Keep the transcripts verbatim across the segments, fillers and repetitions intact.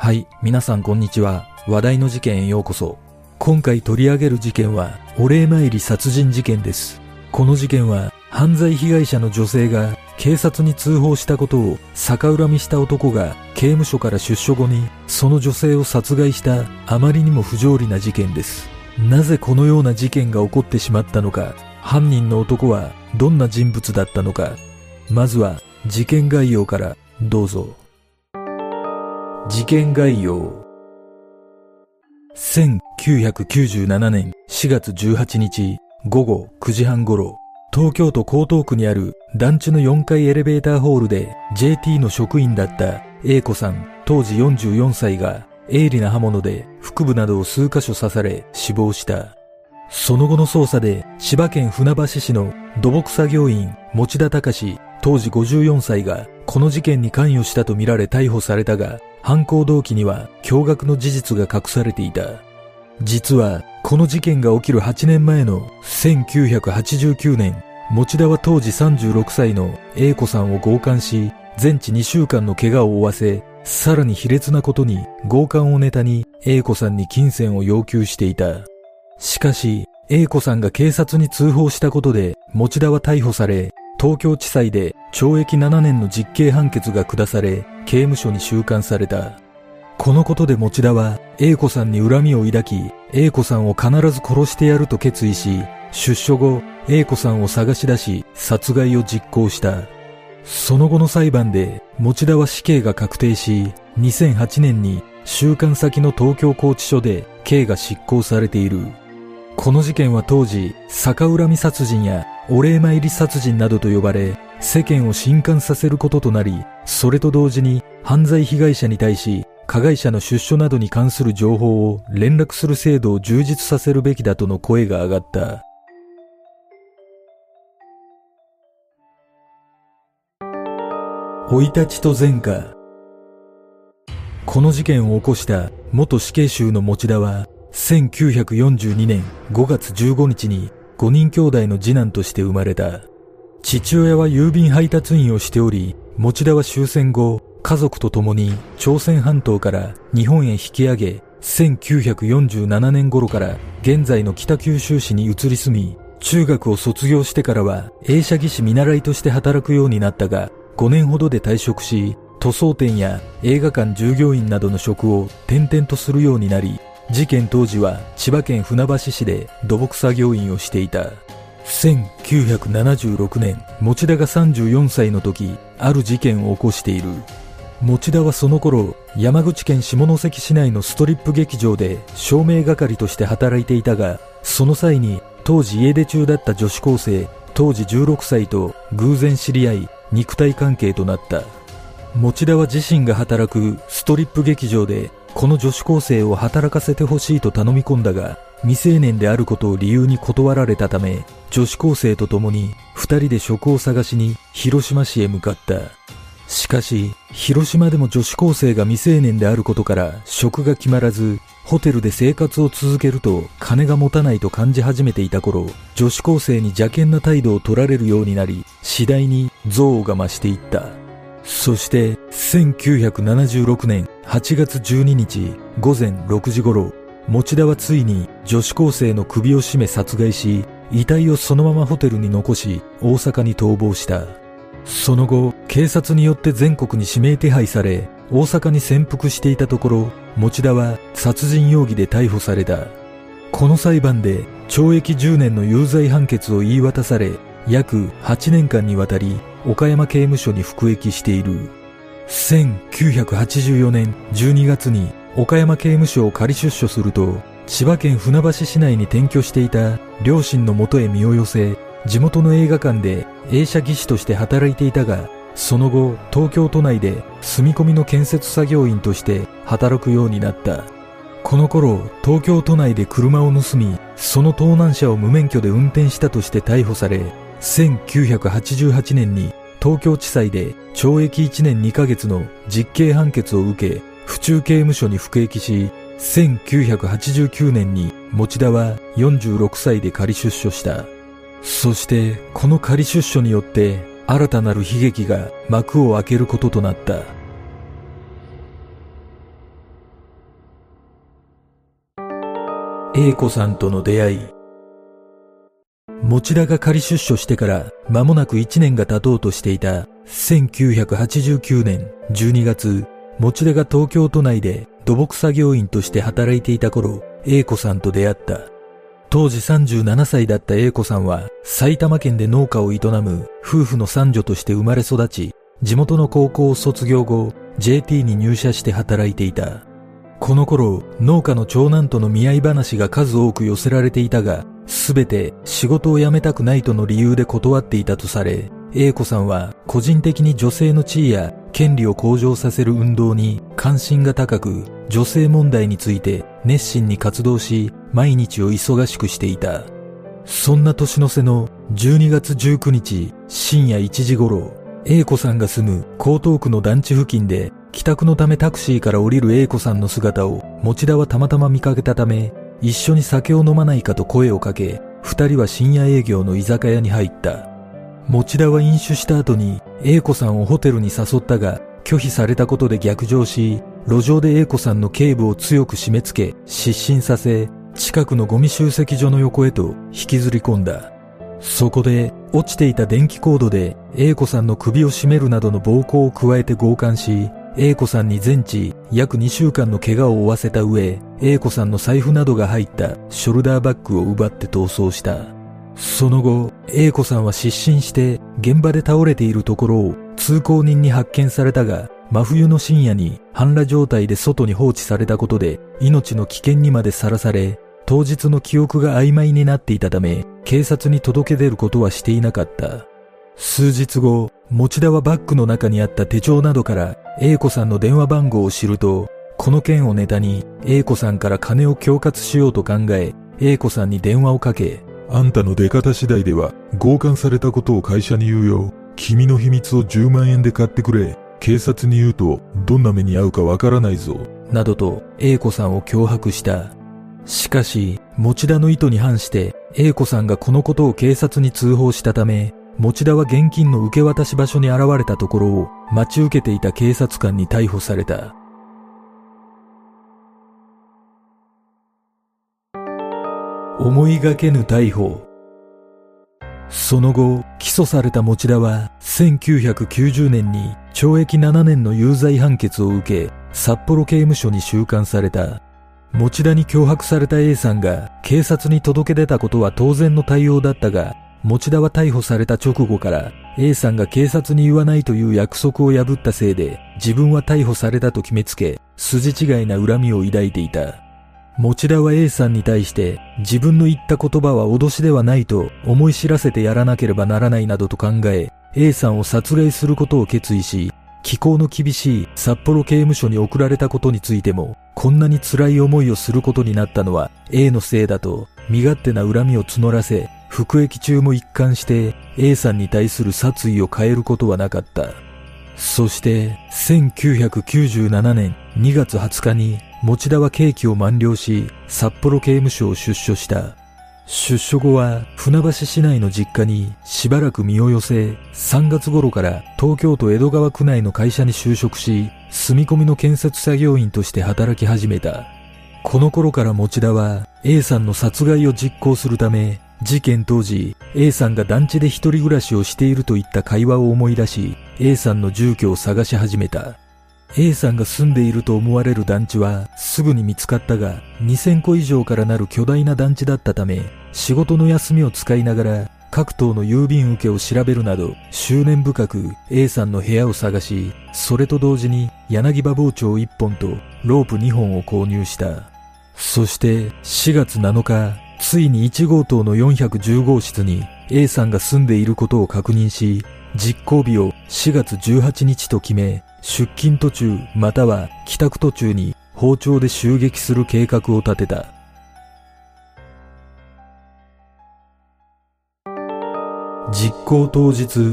はい、皆さんこんにちは。話題の事件へようこそ。今回取り上げる事件はお礼参り殺人事件です。この事件は犯罪被害者の女性が警察に通報したことを逆恨みした男が刑務所から出所後にその女性を殺害したあまりにも不条理な事件です。なぜこのような事件が起こってしまったのか、犯人の男はどんな人物だったのか、まずは事件概要からどうぞ。事件概要。せんきゅうひゃくきゅうじゅうななねんしがつじゅうはちにちごごくじはん頃、東京都江東区にある団地のよんかいエレベーターホールで ジェーティー の職員だった A 子さん当時よんじゅうよんさいが鋭利な刃物で腹部などを数カ所刺され死亡した。その後の捜査で千葉県船橋市の土木作業員持田隆当時ごじゅうよんさいがこの事件に関与したとみられ逮捕されたが、犯行動機には驚愕の事実が隠されていた。実はこの事件が起きるはちねんまえのせんきゅうひゃくはちじゅうきゅうねん、持田は当時さんじゅうろくさいの A 子さんを強姦し、全治にしゅうかんの怪我を負わせ、さらに卑劣なことに強姦をネタに A 子さんに金銭を要求していた。しかし A 子さんが警察に通報したことで持田は逮捕され、東京地裁でちょうえきななねんの実刑判決が下され、刑務所に収監された。このことで持田は A 子さんに恨みを抱き、A 子さんを必ず殺してやると決意し、出所後 A 子さんを探し出し殺害を実行した。その後の裁判で持田は死刑が確定し、にせんはちねんに収監先の東京拘置所で刑が執行されている。この事件は当時逆恨み殺人やお礼参り殺人などと呼ばれ、世間を震撼させることとなり、それと同時に犯罪被害者に対し加害者の出所などに関する情報を連絡する制度を充実させるべきだとの声が上がった。生い立ちと前科。この事件を起こした元死刑囚の持田はせんきゅうひゃくよんじゅうにねんごがつじゅうごにちにごにん兄弟の次男として生まれた。父親は郵便配達員をしており、持田は終戦後家族と共に朝鮮半島から日本へ引き上げ、せんきゅうひゃくよんじゅうななねん頃から現在の北九州市に移り住み、中学を卒業してからは映写技師見習いとして働くようになったが、ごねんほどで退職し、塗装店や映画館従業員などの職を転々とするようになり、事件当時は千葉県船橋市で土木作業員をしていた。せんきゅうひゃくななじゅうろくねん、持田がさんじゅうよんさいの時、ある事件を起こしている。持田はその頃、山口県下関市内のストリップ劇場で照明係として働いていたが、その際に当時家出中だった女子高生、当時じゅうろくさいと偶然知り合い、肉体関係となった。持田は自身が働くストリップ劇場でこの女子高生を働かせてほしいと頼み込んだが、未成年であることを理由に断られたため、女子高生と共に二人で職を探しに広島市へ向かった。しかし広島でも女子高生が未成年であることから職が決まらず、ホテルで生活を続けると金が持たないと感じ始めていた頃、女子高生に邪険な態度を取られるようになり、次第に憎悪が増していった。そしてせんきゅうひゃくななじゅうろくねんはちがつじゅうににちごぜんろくじ頃、持田はついに女子高生の首を絞め殺害し、遺体をそのままホテルに残し大阪に逃亡した。その後警察によって全国に指名手配され、大阪に潜伏していたところ、持田は殺人容疑で逮捕された。この裁判でちょうえきじゅうねんの有罪判決を言い渡され、約はちねんかんにわたり岡山刑務所に服役している。せんきゅうひゃくはちじゅうよねんじゅうにがつに岡山刑務所を仮出所すると、千葉県船橋市内に転居していた両親の元へ身を寄せ、地元の映画館で映写技師として働いていたが、その後東京都内で住み込みの建設作業員として働くようになった。この頃東京都内で車を盗み、その盗難車を無免許で運転したとして逮捕され、せんきゅうひゃくはちじゅうはちねんに東京地裁でちょうえきいちねんにかげつの実刑判決を受け、府中刑務所に服役し、せんきゅうひゃくはちじゅうきゅうねんに持田はよんじゅうろくさいで仮出所した。そしてこの仮出所によって新たなる悲劇が幕を開けることとなった。 A子さんとの出会い。持田が仮出所してから間もなくいちねんが経とうとしていたせんきゅうひゃくはちじゅうきゅうねんじゅうにがつ、持田が東京都内で土木作業員として働いていた頃、A子さんと出会った。当時さんじゅうななさいだった A子さんは埼玉県で農家を営む夫婦の三女として生まれ育ち、地元の高校を卒業後 ジェーティー に入社して働いていた。この頃、農家の長男との見合い話が数多く寄せられていたが、すべて仕事を辞めたくないとの理由で断っていたとされ、A子さんは個人的に女性の地位や権利を向上させる運動に関心が高く、女性問題について熱心に活動し、毎日を忙しくしていた。そんな年の瀬のじゅうにがつじゅうくにち深夜いちじ頃、A子さんが住む江東区の団地付近で帰宅のためタクシーから降りる A子さんの姿を持田はたまたま見かけたため、一緒に酒を飲まないかと声をかけ、二人は深夜営業の居酒屋に入った。持田は飲酒した後に A子さんをホテルに誘ったが拒否されたことで逆上し、路上で A子さんの頸部を強く締め付け失神させ、近くのゴミ集積所の横へと引きずり込んだ。そこで落ちていた電気コードで A子さんの首を絞めるなどの暴行を加えて強姦し、A子さんに全治約にしゅうかんの怪我を負わせた上、A子さんの財布などが入ったショルダーバッグを奪って逃走した。その後、A子さんは失神して現場で倒れているところを通行人に発見されたが、真冬の深夜に半裸状態で外に放置されたことで命の危険にまでさらされ、当日の記憶が曖昧になっていたため、警察に届け出ることはしていなかった。数日後、持田はバッグの中にあった手帳などから A 子さんの電話番号を知ると、この件をネタに A 子さんから金を恐喝しようと考え、A 子さんに電話をかけ、 あんたの出方次第では強姦されたことを会社に言うよ。君の秘密をじゅうまんえんで買ってくれ。警察に言うとどんな目に遭うかわからないぞ。 などと A 子さんを脅迫した。しかし、持田の意図に反して A 子さんがこのことを警察に通報したため、持田は現金の受け渡し場所に現れたところを待ち受けていた警察官に逮捕された。思いがけぬ逮捕。その後、起訴された持田はせんきゅうひゃくきゅうじゅうねんにちょうえきななねんの有罪判決を受け、札幌刑務所に収監された。持田に脅迫された A さんが警察に届け出たことは当然の対応だったが、持田は逮捕された直後から A さんが警察に言わないという約束を破ったせいで自分は逮捕されたと決めつけ、筋違いな恨みを抱いていた。持田は A さんに対して自分の言った言葉は脅しではないと思い知らせてやらなければならないなどと考え、 A さんを殺害することを決意し、気候の厳しい札幌刑務所に送られたことについても、こんなに辛い思いをすることになったのは A のせいだと身勝手な恨みを募らせ、服役中も一貫して A さんに対する殺意を変えることはなかった。そしてせんきゅうひゃくきゅうじゅうななねんにがつはつかに持田は刑期を満了し、札幌刑務所を出所した。出所後は船橋市内の実家にしばらく身を寄せ、さんがつ頃から東京都江戸川区内の会社に就職し、住み込みの建設作業員として働き始めた。この頃から持田は A さんの殺害を実行するため、事件当時 A さんが団地で一人暮らしをしているといった会話を思い出し、 A さんの住居を探し始めた。A さんが住んでいると思われる団地はすぐに見つかったが、にせんこ以上からなる巨大な団地だったため、仕事の休みを使いながら各棟の郵便受けを調べるなど執念深く A さんの部屋を探し、それと同時に柳刃包丁いっぽんとロープにほんを購入した。そしてしがつなのか、ついにいちごうとうのよんひゃくじゅうごうしつに A さんが住んでいることを確認し、実行日をしがつじゅうはちにちと決め、出勤途中または帰宅途中に包丁で襲撃する計画を立てた。実行当日。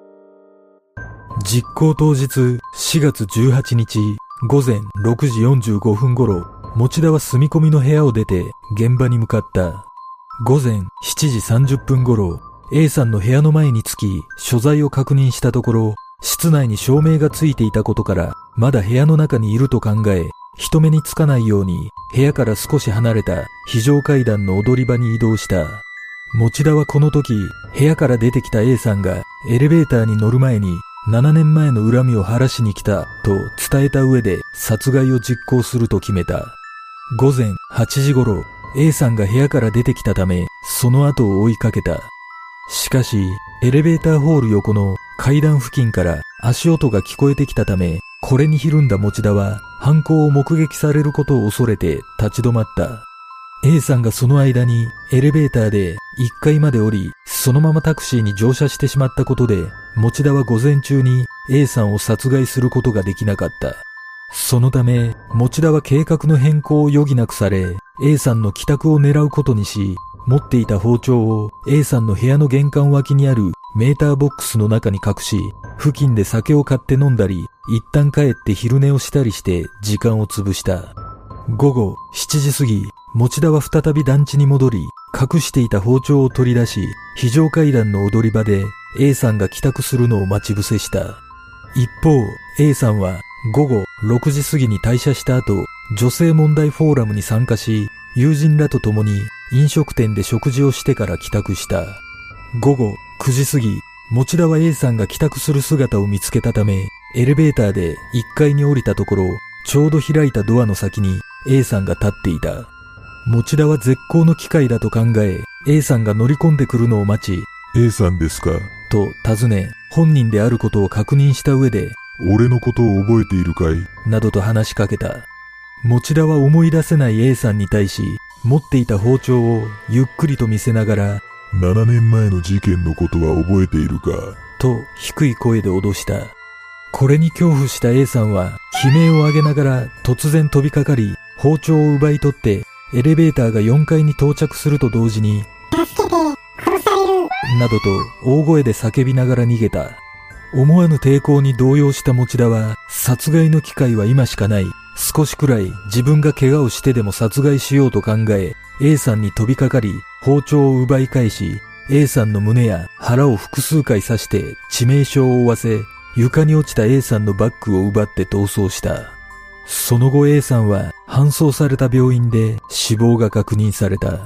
実行当日しがつじゅうはちにちごぜんろくじよんじゅうごふん頃、持田は住み込みの部屋を出て現場に向かった。ごぜんしちじさんじゅっぷん頃、A さんの部屋の前に着き所在を確認したところ、室内に照明がついていたことからまだ部屋の中にいると考え、 人目につかないように部屋から少し離れた非常階段の踊り場に移動した。持田はこの時、部屋から出てきた A さんがエレベーターに乗る前にななねんまえの恨みを晴らしに来たと伝えた上で殺害を実行すると決めた。午前はちじ頃、A さんが部屋から出てきたため、その後を追いかけた。しかし、エレベーターホール横の階段付近から足音が聞こえてきたため、これにひるんだ持田は犯行を目撃されることを恐れて立ち止まった。A さんがその間にエレベーターでいっかいまで降り、そのままタクシーに乗車してしまったことで、持田は午前中に A さんを殺害することができなかった。そのため、持田は計画の変更を余儀なくされ、A さんの帰宅を狙うことにし、持っていた包丁を A さんの部屋の玄関脇にあるメーターボックスの中に隠し、付近で酒を買って飲んだり、一旦帰って昼寝をしたりして時間を潰した。午後しちじ過ぎ、持田は再び団地に戻り、隠していた包丁を取り出し、非常階段の踊り場で A さんが帰宅するのを待ち伏せした。一方、A さんは午後ろくじ過ぎに退社した後、女性問題フォーラムに参加し、友人らと共に飲食店で食事をしてから帰宅した。午後くじ過ぎ、持田は A さんが帰宅する姿を見つけたため、エレベーターでいっかいに降りたところ、ちょうど開いたドアの先に A さんが立っていた。持田は絶好の機会だと考え、A さんが乗り込んでくるのを待ち、 A さんですかと尋ね、本人であることを確認した上で、 俺のことを覚えているかいなどと話しかけた。持田は思い出せない A さんに対し、持っていた包丁をゆっくりと見せながら、 ななねんまえの事件のことは覚えているかと低い声で脅した。これに恐怖した A さんは悲鳴を上げながら突然飛びかかり、包丁を奪い取ってエレベーターがよんかいに到着すると同時に、 助けて、殺されるなどと大声で叫びながら逃げた。思わぬ抵抗に動揺した持田は、殺害の機会は今しかない。少しくらい自分が怪我をしてでも殺害しようと考え、A さんに飛びかかり、包丁を奪い返し、A さんの胸や腹を複数回刺して致命傷を負わせ、床に落ちた A さんのバッグを奪って逃走した。その後 A さんは搬送された病院で死亡が確認された。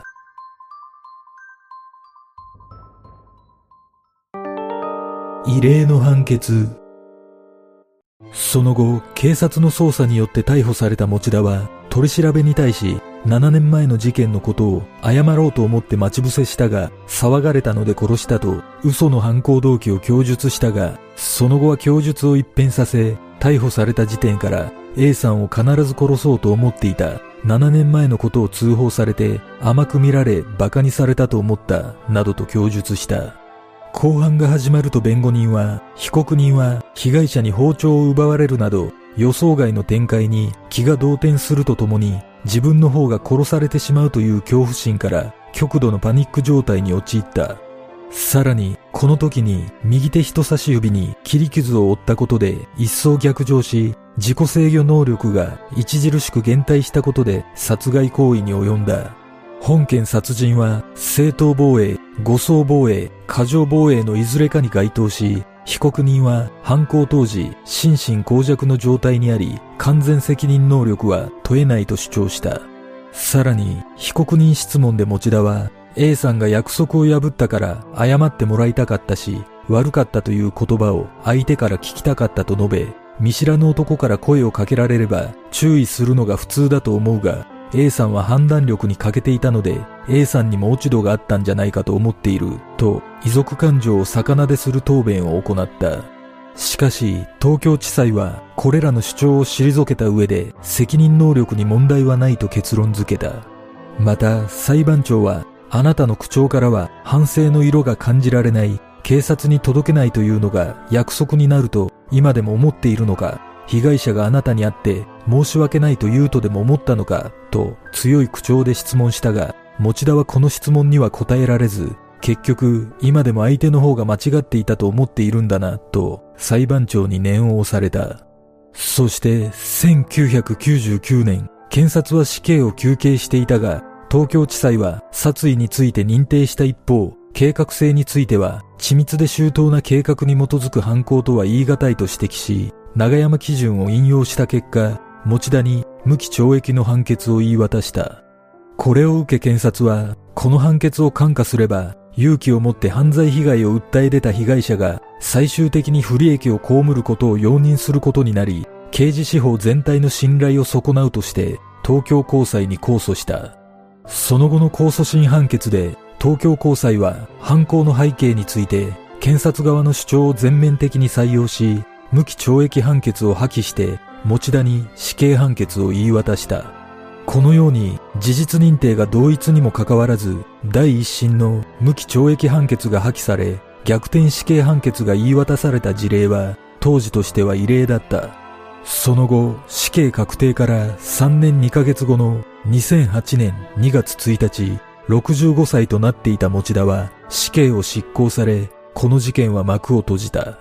異例の判決。その後、警察の捜査によって逮捕された持田は、取り調べに対し、ななねんまえの事件のことを謝ろうと思って待ち伏せしたが、騒がれたので殺したと、嘘の犯行動機を供述したが、その後は供述を一変させ、逮捕された時点から、A さんを必ず殺そうと思っていた。ななねんまえのことを通報されて、甘く見られ、馬鹿にされたと思った、などと供述した。公判が始まると弁護人は、被告人は被害者に包丁を奪われるなど、予想外の展開に気が動転するとともに、自分の方が殺されてしまうという恐怖心から極度のパニック状態に陥った。さらに、この時に右手人差し指に切り傷を負ったことで一層逆上し、自己制御能力が著しく減退したことで殺害行為に及んだ。本件殺人は正当防衛、誤送防衛、過剰防衛のいずれかに該当し、被告人は犯行当時心神耗弱の状態にあり、完全責任能力は問えないと主張した。さらに被告人質問で持田は A さんが約束を破ったから謝ってもらいたかったし、悪かったという言葉を相手から聞きたかったと述べ、見知らぬ男から声をかけられれば注意するのが普通だと思うが、A さんは判断力に欠けていたので A さんにも落ち度があったんじゃないかと思っていると遺族感情を逆なでする答弁を行った。しかし東京地裁はこれらの主張を退けた上で責任能力に問題はないと結論付けた。また裁判長は、あなたの口調からは反省の色が感じられない、警察に届けないというのが約束になると今でも思っているのか、被害者があなたに会って申し訳ないと言うとでも思ったのかと強い口調で質問したが、持田はこの質問には答えられず、結局今でも相手の方が間違っていたと思っているんだなと裁判長に念を押された。そしてせんきゅうひゃくきゅうじゅうきゅうねん、検察は死刑を求刑していたが、東京地裁は殺意について認定した一方、計画性については緻密で周到な計画に基づく犯行とは言い難いと指摘し、永山基準を引用した結果、 持田に無期懲役の判決を言い渡した。これを受け検察は、この判決を看過すれば、勇気を持って犯罪被害を訴え出た被害者が最終的に不利益を被ることを容認することになり、刑事司法全体の信頼を損なうとして東京高裁に控訴した。その後の控訴審判決で東京高裁は犯行の背景について検察側の主張を全面的に採用し、無期懲役判決を破棄して持田に死刑判決を言い渡した。このように事実認定が同一にもかかわらず、第一審の無期懲役判決が破棄され、逆転死刑判決が言い渡された事例は当時としては異例だった。その後、死刑確定からさんねんにかげつごのにせんはちねんにがつついたち、ろくじゅうごさいとなっていた持田は死刑を執行され、この事件は幕を閉じた。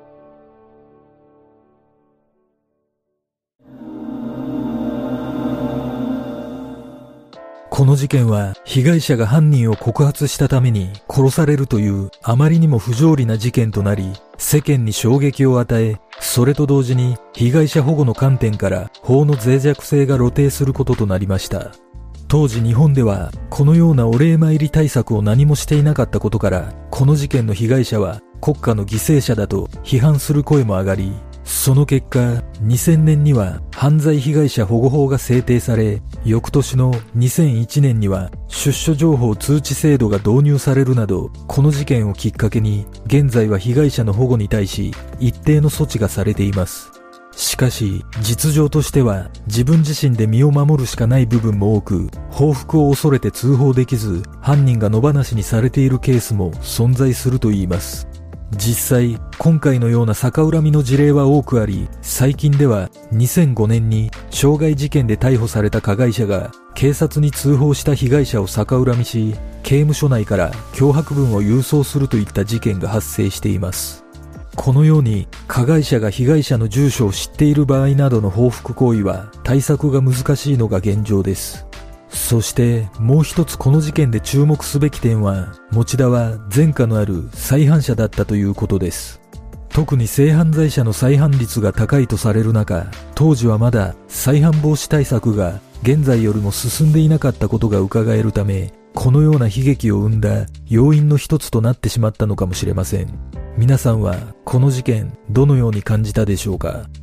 この事件は被害者が犯人を告発したために殺されるというあまりにも不条理な事件となり、世間に衝撃を与え、それと同時に被害者保護の観点から法の脆弱性が露呈することとなりました。当時日本ではこのようなお礼参り対策を何もしていなかったことから、この事件の被害者は国家の犠牲者だと批判する声も上がり、その結果、にせんねんには犯罪被害者保護法が制定され、翌年のにせんいちねんには出所情報通知制度が導入されるなど、この事件をきっかけに、現在は被害者の保護に対し一定の措置がされています。しかし、実情としては自分自身で身を守るしかない部分も多く、報復を恐れて通報できず、犯人が野放しにされているケースも存在するといいます。実際、今回のような逆恨みの事例は多くあり、最近ではにせんごねんに傷害事件で逮捕された加害者が警察に通報した被害者を逆恨みし、刑務所内から脅迫文を郵送するといった事件が発生しています。このように加害者が被害者の住所を知っている場合などの報復行為は対策が難しいのが現状です。そしてもう一つこの事件で注目すべき点は、持田は前科のある再犯者だったということです。特に性犯罪者の再犯率が高いとされる中、当時はまだ再犯防止対策が現在よりも進んでいなかったことが伺えるため、このような悲劇を生んだ要因の一つとなってしまったのかもしれません。皆さんはこの事件どのように感じたでしょうか？